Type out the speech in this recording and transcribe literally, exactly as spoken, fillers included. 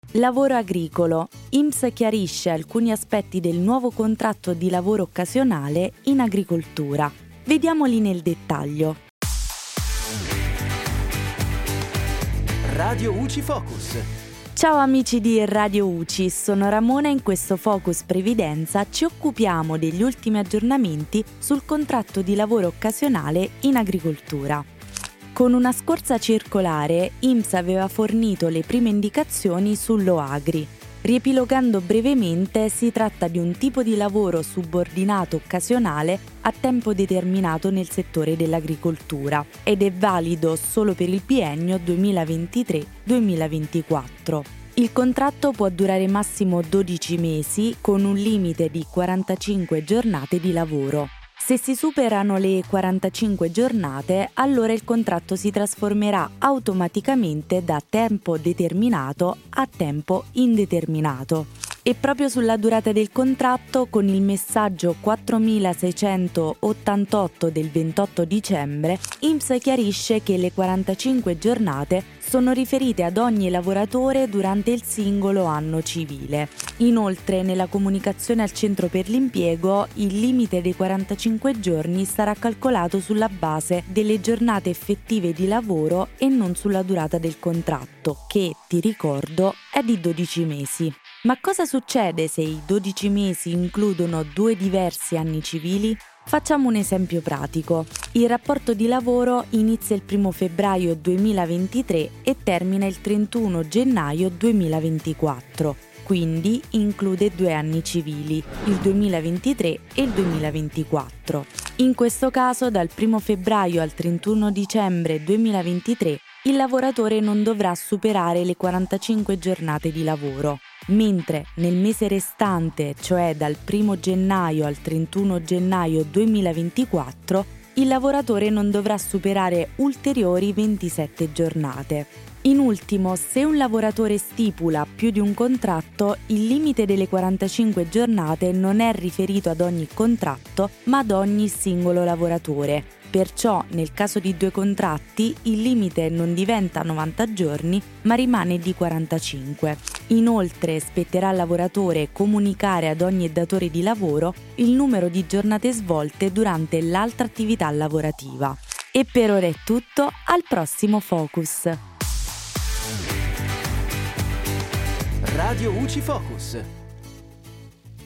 Lavoro agricolo. I N P S chiarisce alcuni aspetti del nuovo contratto di lavoro occasionale in agricoltura. Vediamoli nel dettaglio. Radio U C I Focus. Ciao amici di Radio U C I, sono Ramona e in questo Focus Previdenza ci occupiamo degli ultimi aggiornamenti sul contratto di lavoro occasionale in agricoltura. Con una scorsa circolare, I N P S aveva fornito le prime indicazioni sull'OAGRI. Riepilogando brevemente, si tratta di un tipo di lavoro subordinato occasionale a tempo determinato nel settore dell'agricoltura ed è valido solo per il biennio duemilaventitré duemilaventiquattro. Il contratto può durare massimo dodici mesi con un limite di quarantacinque giornate di lavoro. Se si superano le quarantacinque giornate, allora il contratto si trasformerà automaticamente da tempo determinato a tempo indeterminato. E proprio sulla durata del contratto, con il messaggio quattromilaseicentottantotto del ventotto dicembre, I N P S chiarisce che le quarantacinque giornate sono riferite ad ogni lavoratore durante il singolo anno civile. Inoltre, nella comunicazione al centro per l'impiego, il limite dei quarantacinque giorni sarà calcolato sulla base delle giornate effettive di lavoro e non sulla durata del contratto, che, ti ricordo, è di dodici mesi. Ma cosa succede se i dodici mesi includono due diversi anni civili? Facciamo un esempio pratico. Il rapporto di lavoro inizia il primo febbraio duemilaventitré e termina il trentuno gennaio duemilaventiquattro, quindi include due anni civili, il duemilaventitré e il duemilaventiquattro. In questo caso, dal primo febbraio al trentuno dicembre duemilaventitré, il lavoratore non dovrà superare le quarantacinque giornate di lavoro, mentre nel mese restante, cioè dal primo gennaio al trentuno gennaio duemilaventiquattro, il lavoratore non dovrà superare ulteriori ventisette giornate. In ultimo, se un lavoratore stipula più di un contratto, il limite delle quarantacinque giornate non è riferito ad ogni contratto, ma ad ogni singolo lavoratore. Perciò, nel caso di due contratti, il limite non diventa novanta giorni, ma rimane di quarantacinque. Inoltre, spetterà al lavoratore comunicare ad ogni datore di lavoro il numero di giornate svolte durante l'altra attività lavorativa. E per ora è tutto, al prossimo Focus! Radio U C I Focus.